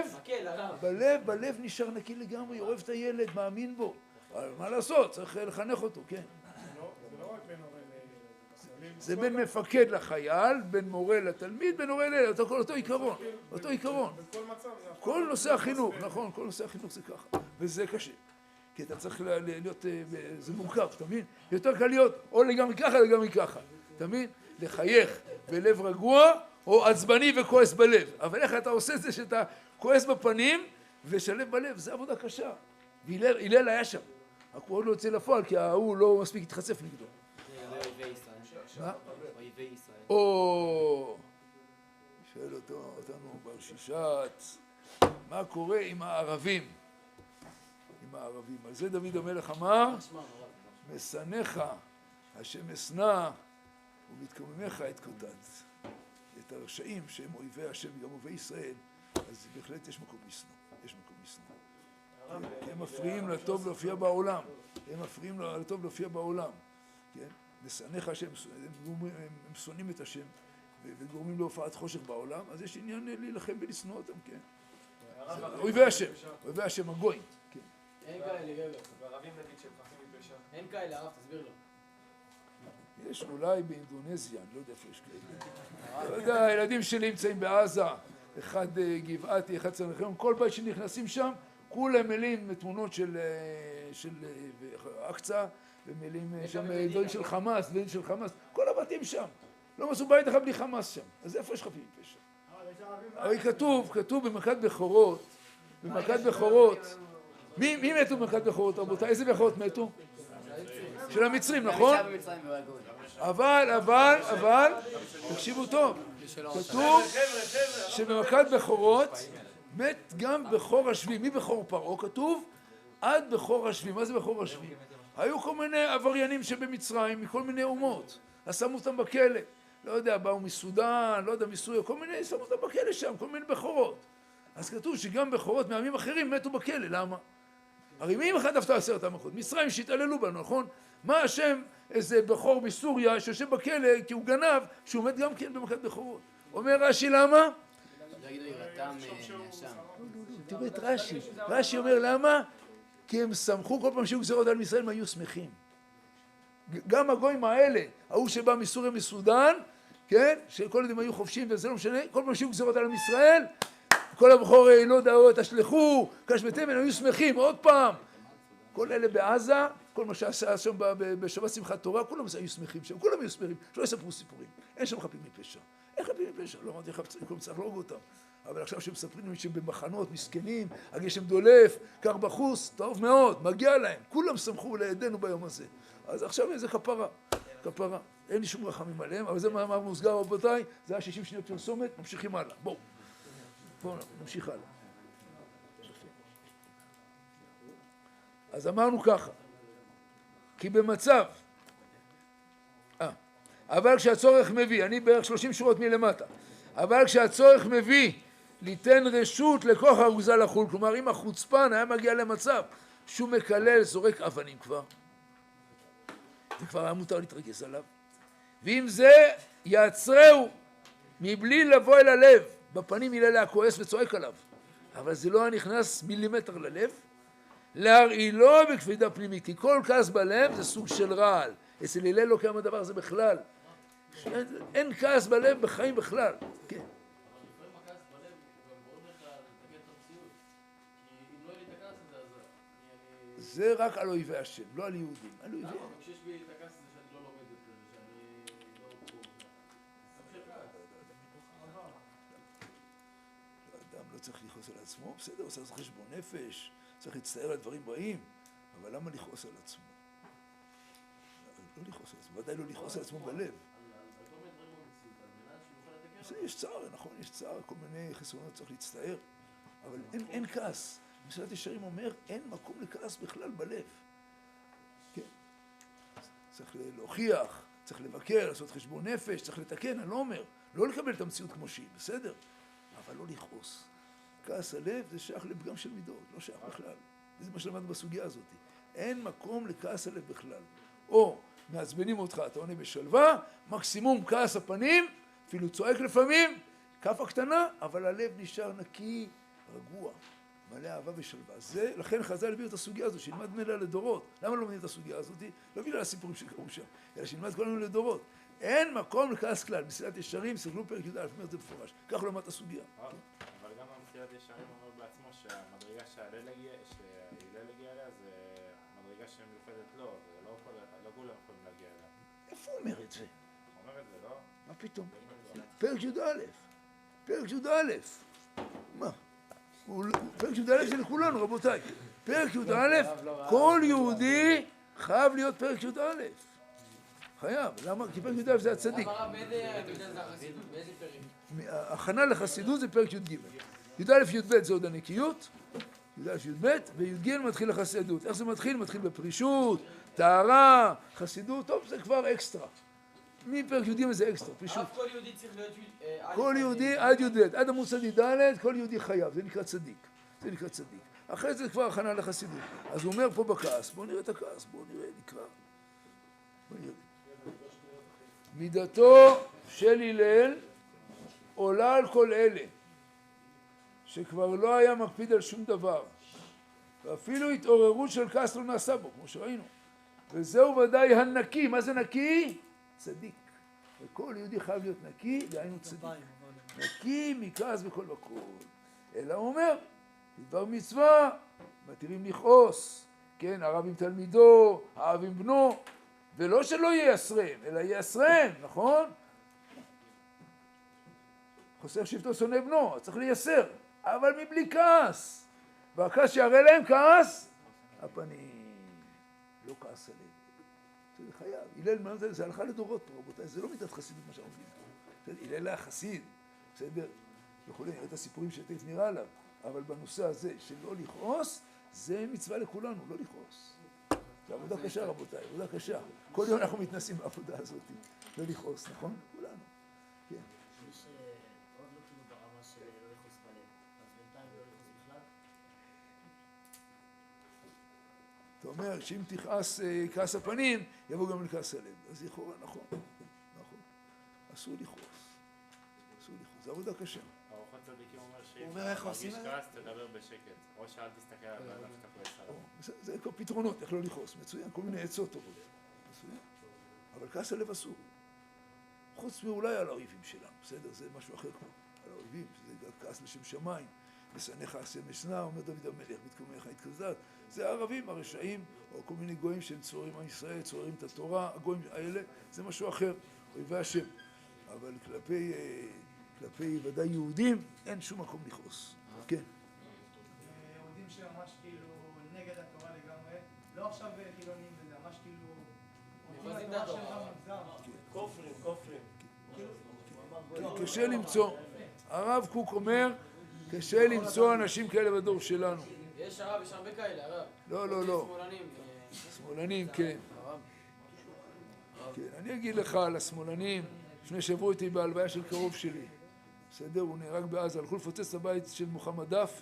בלב נשאר נקי לגמרי, אוהב את הילד, מאמין בו. אבל מה לעשות? צריך לחנך אותו, כן. זה לא רק בין הורה זה בין מפקד לחייל, בין מורה לתלמיד, בין הורה לילד, אותו עיקרון, אותו עיקרון. בכל מצב זה... כל נושא החינוך, נכון, כל נושא החינוך זה ככה, וזה קשה. כי אתה צריך להיות, זה מורכב, אתה מבין? יותר קל להיות או לגמרי ככה, לגמרי ככה, אתה מבין? לחייך בלב רגוע, או עצבני וכועס בלב. אבל איך אתה עושה את זה שאתה כועס בפנים ושלב בלב? זה עבודה קשה. והלל היה שם. רק הוא עוד לא יוצא לפועל, כי ההוא לא מספיק התחצף נגדו. מה? אויבי ישראל. או, שואל אותנו בר שישת, מה קורה עם הערבים? עם הערבים. על זה דוד המלך אמר, משנאיך, השם אשנא, ומתקוממיך את קוטט. את הרשעים שהם אויבי השם וגם אויבי ישראל, אז בהחלט יש מקום לשנוא. יש מקום לשנוא. הם מפריעים לטוב להופיע בעולם. הם מפריעים לטוב להופיע בעולם. כן? משנאיך השם, הם שונאים את השם וגורמים להופעת חושך בעולם, אז יש עניין להילחם ולשנוא אותם, כן. אויבי השם, אויבי השם הגויים, כן. אין כאלה, גבר. וערבים נגיד שהם חפים מפשע. אין כאלה, הרב, תסביר לו. יש אולי באינדונזיה, אני לא יודע איפה יש כאלה. לא יודע, הילדים שלי נמצאים בעזה, אחד גבעתי, אחד צנחם, כל בית שנכנסים שם, כולם מלאים תמונות של אקצה, ומלאים שם דברים של חמאס, דברים של חמאס, כל הבתים שם. לא מצאו בית אחד בלי חמאס שם. אז איפה יש חפים מפשע? הרי כתוב במכת בכורות, מי מתו במכת בכורות, רבותיי? איזה בכורות מתו? של המצרים, נכון? אבל, תקשיבו טוב, כתוב שבמכת בכורות מת גם בכור השבי. מי בכור פרעה? כתוב עד בכור השבי. מה זה בכור השבי? היו כל מיני עבריינים שבמצרים, מכל מיני אומות. אז שמו אותם בכלא. לא יודע, באו מסודן, לא יודע, מסוריה, כל מיני, שמו אותם בכלא שם, כל מיני בכורות. אז כתוב שגם בכורות מעמים אחרים מתו בכלא. למה? הרי מי אחד דווקא 10 המכות? מצרים שהתעללו בנו, נכון? מה השם איזה בכור בסוריה שיושב בכלא כי הוא גנב, שהוא מת גם כן במכת בכורות? אומר רש"י, למה? תראו את רש"י. רש"י אומר למה? כי הם שמחו כל פעם שהיו גזרות על ישראל, הם היו שמחים. גם הגויים האלה, ההוא שבא מסוריה מסודן, כן? שכל ידים היו חופשיים וזה לא משנה, כל פעם שהיו גזרות על ישראל, כל הבכור לא יודע, תשלחו, כשבתם, הם היו שמחים, עוד פעם. כל אלה בעזה, כל מה שעשה שם בשבת שמחת תורה, כולם היו שמחים שם, כולם היו שמחים, שלא יספרו סיפורים. אין שם חפים מפשע. אין חפים מפשע, לא אמרתי לך, כולם צריך להרוג אותם. אבל עכשיו שמספרים לי שהם במחנות, מסכנים, הגשם דולף, קר בחוץ, טוב מאוד, מגיע להם. כולם שמחו לידינו ביום הזה. אז עכשיו איזה כפרה. כפרה. אין לי שום רחמים עליהם, אבל זה מאמר מוסגר רבותיי, זה היה 60 שניות פרסומת, ממשיכים הלאה. בואו נמשיך הלאה. אז אמרנו ככה, כי במצב, אבל כשהצורך מביא, אני בערך 30 שורות מלמטה, אבל כשהצורך מביא ליתן רשות לכוח הארוזה לחול, כלומר אם החוצפן היה מגיע למצב שהוא מקלל, זורק אבנים כבר, זה כבר היה מותר להתרגז עליו, ואם זה יעצרהו מבלי לבוא אל הלב, בפנים הלל היה כועס וצועק עליו, אבל זה לא היה נכנס מילימטר ללב, להרעילו בכבידה פנימית, כי כל כעס בלב זה סוג של רעל, אצל הלל לא קיים הדבר הזה בכלל, אין כעס בלב בחיים בכלל, כן. זה רק על אויבי השם, לא על יהודים, על אויבי. כשיש בי את הכעס הזה שאני לא לומד את זה, שאני לא פה. אדם לא צריך לכעוס על עצמו, בסדר, הוא צריך לעשות חשבון נפש, צריך להצטער על דברים רעים, אבל למה לכעוס על עצמו? לא לכעוס על עצמו, ודאי לא לכעוס על עצמו בלב. יש צער, נכון, יש צער, כל מיני חסרונות צריך להצטער, אבל אין כעס. מסילת ישרים אומר, אין מקום לכעס בכלל בלב. כן. צריך להוכיח, צריך לבקר, לעשות חשבון נפש, צריך לתקן, אני לא אומר. לא לקבל את המציאות כמו שהיא, בסדר? אבל לא לכעוס. כעס הלב זה שייך לפגם של מידות, לא שייך בכלל. זה מה שלמדנו בסוגיה הזאת. אין מקום לכעס הלב בכלל. או מעצבנים אותך, אתה עונה בשלווה, מקסימום כעס הפנים, אפילו צועק לפעמים, כף הקטנה, אבל הלב נשאר נקי, רגוע. מלא אהבה ושלווה. זה, לכן חז"ל הביאו את הסוגיה הזו, שילמד ממנה לדורות. למה לא לומדים את הסוגיה הזאת? לא בגלל הסיפורים שקרו שם, אלא שילמד כולנו לדורות. אין מקום לכעס כלל. מסילת ישרים, סגלו פרק י"א, אומר את זה במפורש. כך למד את הסוגיה. אבל גם מסילת ישרים אומר בעצמו שהמדרגה שההלל הגיע אליה זה מדרגה שמיוחדת לו, ולא כולם יכולים להגיע אליה. איפה הוא אומר את זה? הוא אומר את זה, לא? מה פתאום? פרק י"א. פרק י"א. מה? פרק י"א זה לכולנו, רבותיי. פרק י"א, כל יהודי חייב להיות פרק י"א. חייב. למה? כי פרק י"א זה הצדיק. באיזה פרק? הכנה לחסידות זה פרק י"ג. י"א י"ב זה עוד הנקיות, י"א י"ב, וי"ג מתחיל לחסידות. איך זה מתחיל? מתחיל בפרישות, טהרה, חסידות, טוב, זה כבר אקסטרה. מפרק י"ג זה אקסטרה, פרישות. כל יהודי צריך להיות... כל יהודי עד י"ד, עד עמוד ד', כל יהודי חייב, זה נקרא צדיק. זה נקרא צדיק. אחרי זה כבר הכנה לחסידות. אז הוא אומר פה בכעס, בואו נראה את הכעס, בואו נראה, נקרא. מידתו של הלל עולה על כל אלה, שכבר לא היה מקפיד על שום דבר, ואפילו התעוררות של כעס לא נעשה בו, כמו שראינו. וזהו ודאי הנקי. מה זה נקי? צדיק. וכל יהודי חייב להיות נקי, דהיינו צדיק. נקי מכעס בכל וכל. אלא הוא אומר, דבר מצווה, מתירים לכעוס, כן, הרב עם תלמידו, האב עם בנו, ולא שלא ייסרם, אלא ייסרם, נכון? חוסר שבטו שונא בנו, צריך לייסר, אבל מבלי כעס. והכעס שיראה להם כעס, הפנים, לא כעס עליהם. זה חייב. הלל, זה הלכה לדורות פה, רבותיי, זה לא מידת חסידות מה שאומרים פה. הלל היה חסיד, בסדר? יכולים לראות את הסיפורים שתכף נראה עליו, אבל בנושא הזה של לא לכעוס, זה מצווה לכולנו, לא לכעוס. זה עבודה קשה, רבותיי, עבודה קשה. כל יום אנחנו מתנסים בעבודה הזאת, לא לכעוס, נכון? כולנו. כן. מי שעוד לא כאילו ברמה של לא לכעוס בלב, אז בינתיים לא לכעוס בכלל? אתה אומר שאם תכעס כעס הפנים, יבוא גם לכעס הלב. אז לכאורה, נכון, נכון. אסור לכעוס. אסור לכעוס. זה עבודה קשה. ארוחות צדיקים אומר שאם הוא אומר איך אתה עושים מרגיש את זה? כעס, תדבר בשקט. או שאל תסתכל על האדם שאתה כועס עליו. זה כל פתרונות, איך לא לכעוס. מצוין, כל מיני עצות טובות. מצוין. אבל כעס הלב אסור. חוץ מאולי על האויבים שלנו, בסדר? זה משהו אחר כמו. על האויבים, שזה כעס לשם שמיים. משנאיך השם אשנא, אומר דוד המלך, מתקוממיך יתקזז. זה הערבים, הרשעים, או כל מיני גויים שהם צוררים עם ישראל, צוררים את התורה, הגויים האלה, זה משהו אחר, אויבי השם. אבל כלפי ודאי יהודים, אין שום מקום לכעוס. כן. יהודים שממש כאילו נגד התורה לגמרי, לא עכשיו חילונים, זה ממש כאילו... מבזים את התורה. כופרים. קשה למצוא. הרב קוק אומר, קשה למצוא אנשים כאלה בדור שלנו. יש הרב, יש הרבה כאלה, הרב. לא. שמאלנים. שמאלנים, כן. הרב. כן, אני אגיד לך על השמאלנים, לפני שבוע איתי בהלוויה של קרוב שלי. בסדר, הוא נהרג בעזה, הלכו לפוצץ את הבית של מוחמד דף,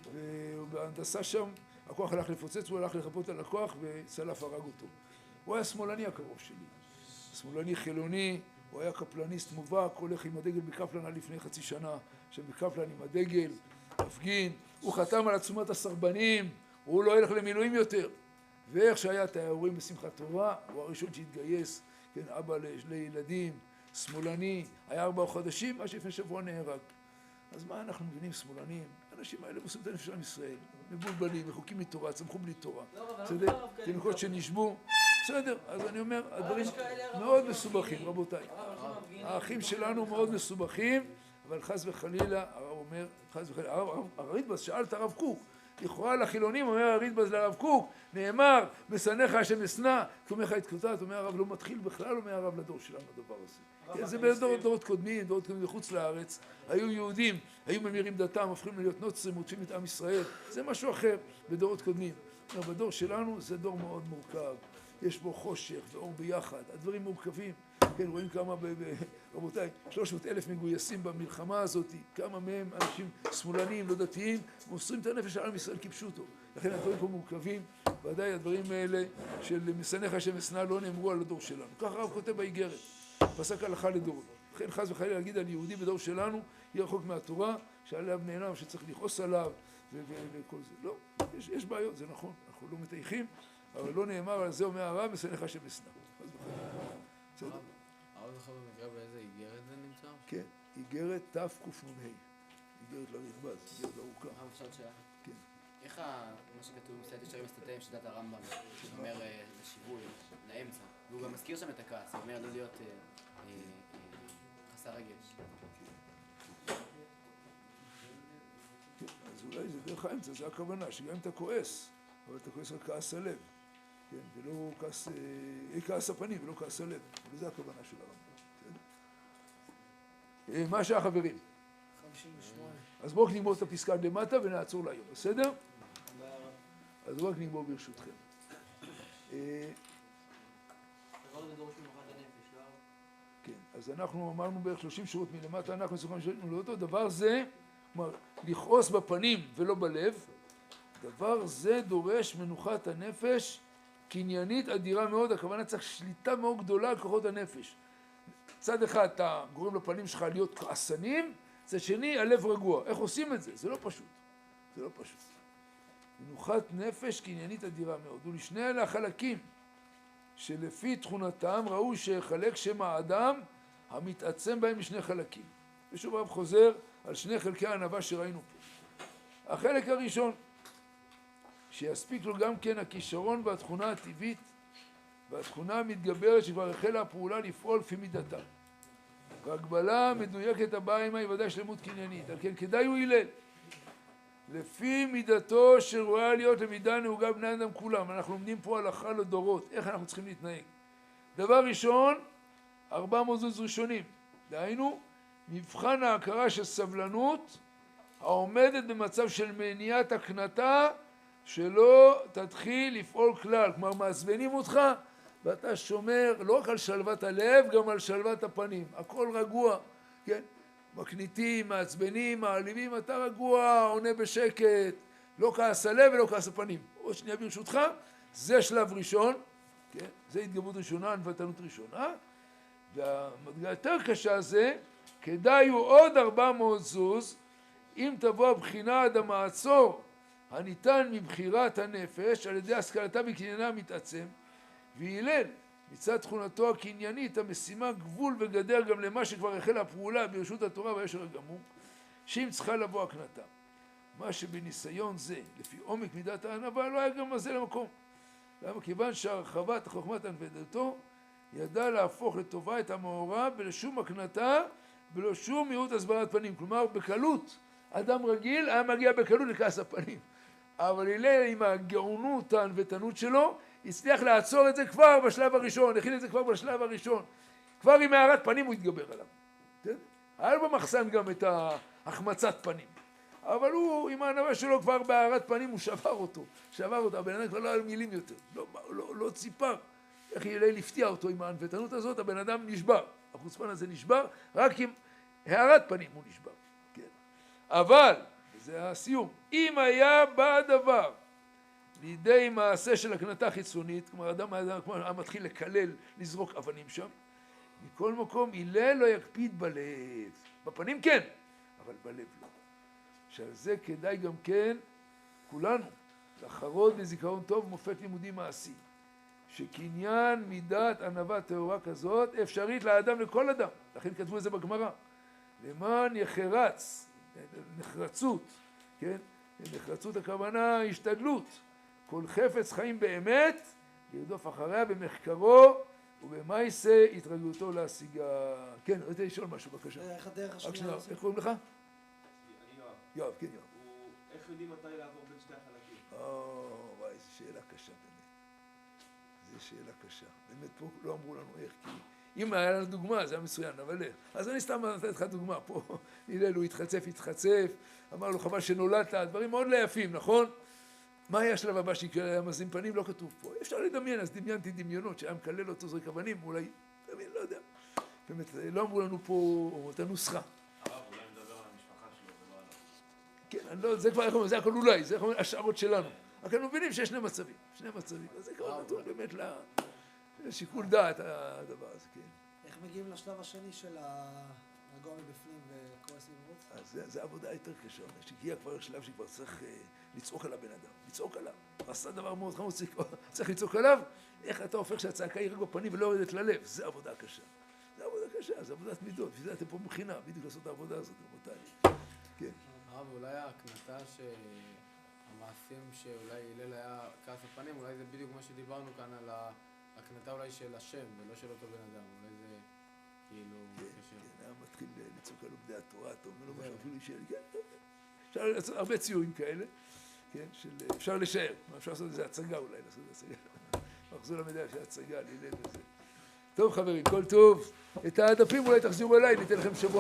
ובהנדסה שם, הכוח הלך לפוצץ, הוא הלך לחפות על הכוח, וצלף הרג אותו. הוא היה שמאלני הקרוב שלי. שמאלני חילוני, הוא היה קפלניסט מובהק, הולך עם הדגל בקפלן לפני חצי שנה, שבקפלן עם הדגל, הפגין, הוא חתם על עצומת הסרבנים, הוא לא ילך למילואים יותר. ואיך שהיה את האירועים בשמחת תורה, הוא הראשון שהתגייס, כן, אבא לילדים, שמאלני, היה 4 חודשים, מה שלפני שבוע נהרג. אז מה אנחנו מבינים שמאלנים? האנשים האלה מוסרים את הנפש של עם ישראל, מבולבלים, רחוקים מתורה, צמחו בלי תורה. בסדר? תינוקות שנשבו. בסדר, אז אני אומר, הדברים מאוד מסובכים, רבותיי. האחים שלנו מאוד מסובכים, אבל חס וחלילה, הרב אומר, חס וחלילה, הרב שאל את הרב קוק, לכאורה לחילונים, אומר הרידב"ז לרב קוק, נאמר, משנאיך השם אשנא, תומך התקוטט, אומר הרב, לא מתחיל בכלל, אומר הרב לדור שלנו הדבר הזה. כן, זה בדורות קודמים, דורות קודמים בחוץ לארץ, היו יהודים, היו ממירים דתם, הופכים להיות נוצרים, מוטפים את עם ישראל, זה משהו אחר בדורות קודמים. בדור שלנו זה דור מאוד מורכב, יש בו חושך ואור ביחד, הדברים מורכבים. כן, רואים כמה, רבותיי, 300,000 מגויסים במלחמה הזאת, כמה מהם אנשים שמאלנים, לא דתיים, מוסרים את הנפש על עם ישראל כפשוטו. לכן הדברים פה מורכבים, ודאי הדברים האלה של משנאיך השם אשנא לא נאמרו על הדור שלנו. כך הרב כותב באיגרת, פסק הלכה לדורות. לכן חס וחלילה להגיד על יהודי בדור שלנו, יהיה רחוק מהתורה, שעליו נהנם, שצריך לכעוס עליו וכל זה. לא, יש בעיות, זה נכון, אנחנו לא מטייחים, אבל לא נאמר על זה אומר הרב, משנאיך השם אשנא. בסדר? הרב זוכר במקרה באיזה איגרת זה נמצא? כן, איגרת תקנ"ה, איגרת לרדב"ז, איגרת ארוכה. הרב אפשר שאלה? כן. איך מה שכתוב מסייעת ישרים מסתתר עם שיטת הרמב"ם, שאומר לשיווי, לאמצע, והוא גם מזכיר שם את הכעס, הוא אומר לא להיות חסר רגש. אז אולי זה דרך האמצע, זה הכוונה, שגם אם אתה כועס, אבל אתה כועס על כעס הלב, כן, ולא כעס הפנים ולא כעס הלב, וזה הכוונה של הרמב"ם. מה השעה חברים? 58. אז בואו נגמור את הפסקה עד למטה ונעצור להיום, בסדר? אז רק נגמור ברשותכם. כן, אז אנחנו אמרנו בערך 30 שורות מלמטה, אנחנו צריכים לאותו דבר זה, כלומר, לכעוס בפנים ולא בלב, דבר זה דורש מנוחת הנפש קניינית אדירה מאוד, הכוונה צריך שליטה מאוד גדולה על כוחות הנפש. צד אחד אתה גורם לפנים שלך להיות כעסנים, צד שני הלב רגוע. איך עושים את זה? זה לא פשוט. זה לא פשוט. מנוחת נפש קניינית אדירה מאוד. ולשני אלה החלקים שלפי תכונתם ראוי שיחלק שם האדם המתעצם בהם לשני חלקים. ושוב הרב חוזר על שני חלקי הענווה שראינו פה. החלק הראשון, שיספיק לו גם כן הכישרון והתכונה הטבעית והתכונה המתגברת שכבר החלה הפעולה לפעול לפי מידתה. והגבלה מדויקת הבאה עמה היא ודאי שלמות קניינית, על כן כדאי הוא הלל. לפי מידתו שראויה להיות למידה נהוגה בני אדם כולם. אנחנו לומדים פה הלכה לדורות, איך אנחנו צריכים להתנהג. דבר ראשון, 400 זוז ראשונים. דהיינו, מבחן ההכרה של סבלנות העומדת במצב של מניעת הקנטה שלא תתחיל לפעול כלל. כלומר, מעצבנים אותך ואתה שומר לא רק על שלוות הלב, גם על שלוות הפנים. הכל רגוע, כן? מקניטים, מעצבנים, מעליבים, אתה רגוע, עונה בשקט, לא כעס הלב ולא כעס הפנים. עוד שנייה ברשותך, זה שלב ראשון, כן? זה התגברות ראשונה, ענוותנות ראשונה, והמדרגה יותר קשה זה, כדאי הוא עוד 400 זוז, אם תבוא הבחינה עד המעצור, הניתן מבחירת הנפש על ידי השכלתה בקניינה המתעצם, והילל מצד תכונתו הקניינית המשימה גבול וגדר גם למה שכבר החלה הפעולה ברשות התורה והישר הגמור, שאם צריכה לבוא הקנתה. מה שבניסיון זה, לפי עומק מידת הענווה, לא היה גם מזה למקום. למה? כיוון שהרחבת חוכמת ענוותתו ידע להפוך לטובה את המאורע בלשום הקנתה ולא שום מיעוט הסברת פנים. כלומר, בקלות, אדם רגיל היה מגיע בקלות לכעס הפנים. אבל הלל עם הגאונות, הענוותנות שלו, הצליח לעצור את זה כבר בשלב הראשון, הכין את זה כבר בשלב הראשון. כבר עם הארת פנים הוא התגבר עליו. כן? היה לו במחסן גם את ההחמצת פנים. אבל הוא, עם הענווה שלו כבר בהארת פנים, הוא שבר אותו. הבן אדם כבר לא היה מילים יותר. לא ציפר. איך הלל הפתיע אותו עם הענוותנות הזאת, הבן אדם נשבר. החוצפן הזה נשבר, רק עם הארת פנים הוא נשבר. כן. אבל, וזה הסיום, אם היה בא הדבר לידי מעשה של הקנטה חיצונית, כלומר אדם היה מתחיל לקלל, לזרוק אבנים שם, מכל מקום הלל לא יקפיד בלב. בפנים כן, אבל בלב לא. עכשיו זה כדאי גם כן כולנו לחרות בזיכרון טוב מופת לימודי מעשי, שקניין מידת ענווה טהורה כזאת אפשרית לאדם, לכל אדם. לכן כתבו את זה בגמרא, למען יחרץ, נחרצות, כן? נחרצות הכוונה השתדלות, כל חפץ חיים באמת לרדוף אחריה במחקרו ובמעשה התרגלותו להשיגה. כן, רציתי לשאול משהו, בבקשה. איך הדרך רק השנייה? איך קוראים לך? אני יואב. יואב, כן יואב. איך יודעים מתי לעבור בין שתי החלקים? וואי, זו שאלה קשה באמת. זו שאלה קשה. באמת פה לא אמרו לנו איך, כי אם היה לנו דוגמה זה היה מצוין, אבל איך? אז אני סתם נתתי לך דוגמה. פה הלל הוא התחצף, אמר לו חבל שנולדת, דברים מאוד לא יפים, נכון? מה היה השלב הבא שיקרה? היה מזים פנים? לא כתוב פה. אפשר לדמיין, אז דמיינתי דמיונות שהיה מקלל אותו זריק אבנים, אולי, לא יודע. באמת, לא אמרו לנו פה את הנוסחה. הרב, אולי מדבר על המשפחה שלו, זה לא עליו. כן, אני לא, זה כבר, זה הכל אולי, זה השערות שלנו. רק אנחנו מבינים שיש שני מצבים. אז זה כבר נתון באמת לשיקול דעת הדבר הזה, כן. איך מגיעים לשלב השני של הרגוע מבפנים וכועס מבחוץ? אז זה עבודה יותר קשה, שהגיע כבר שלב שכבר צריך לצעוק על הבן אדם, לצעוק עליו. עשה דבר מאוד חמור, צריך לצעוק עליו, איך אתה הופך שהצעקה היא רק בפנים ולא יורדת ללב, זה עבודה קשה. זה עבודה קשה, זה עבודת מידות, וזה אתם פה מכינה, בדיוק לעשות את העבודה הזאת, רבותיי. כן. ואולי ההקנטה המעשים שאולי הלל היה כעס הפנים, אולי זה בדיוק מה שדיברנו כאן על ההקנטה אולי של השם ולא של אותו בן אדם, אולי זה כאילו קשה. כן, היה מתחיל לצעוק על עובדי התורה, אתה אומר לו משהו אפילו אישי, כן, אפשר לעשות הרבה ציורים כאלה, כן, אפשר לשער, אפשר לעשות איזה הצגה אולי, לעשות איזה הצגה, מחזור למידע של הצגה, לילל וזה. טוב חברים, כל טוב, את הדפים אולי תחזירו אליי, ניתן לכם שבוע.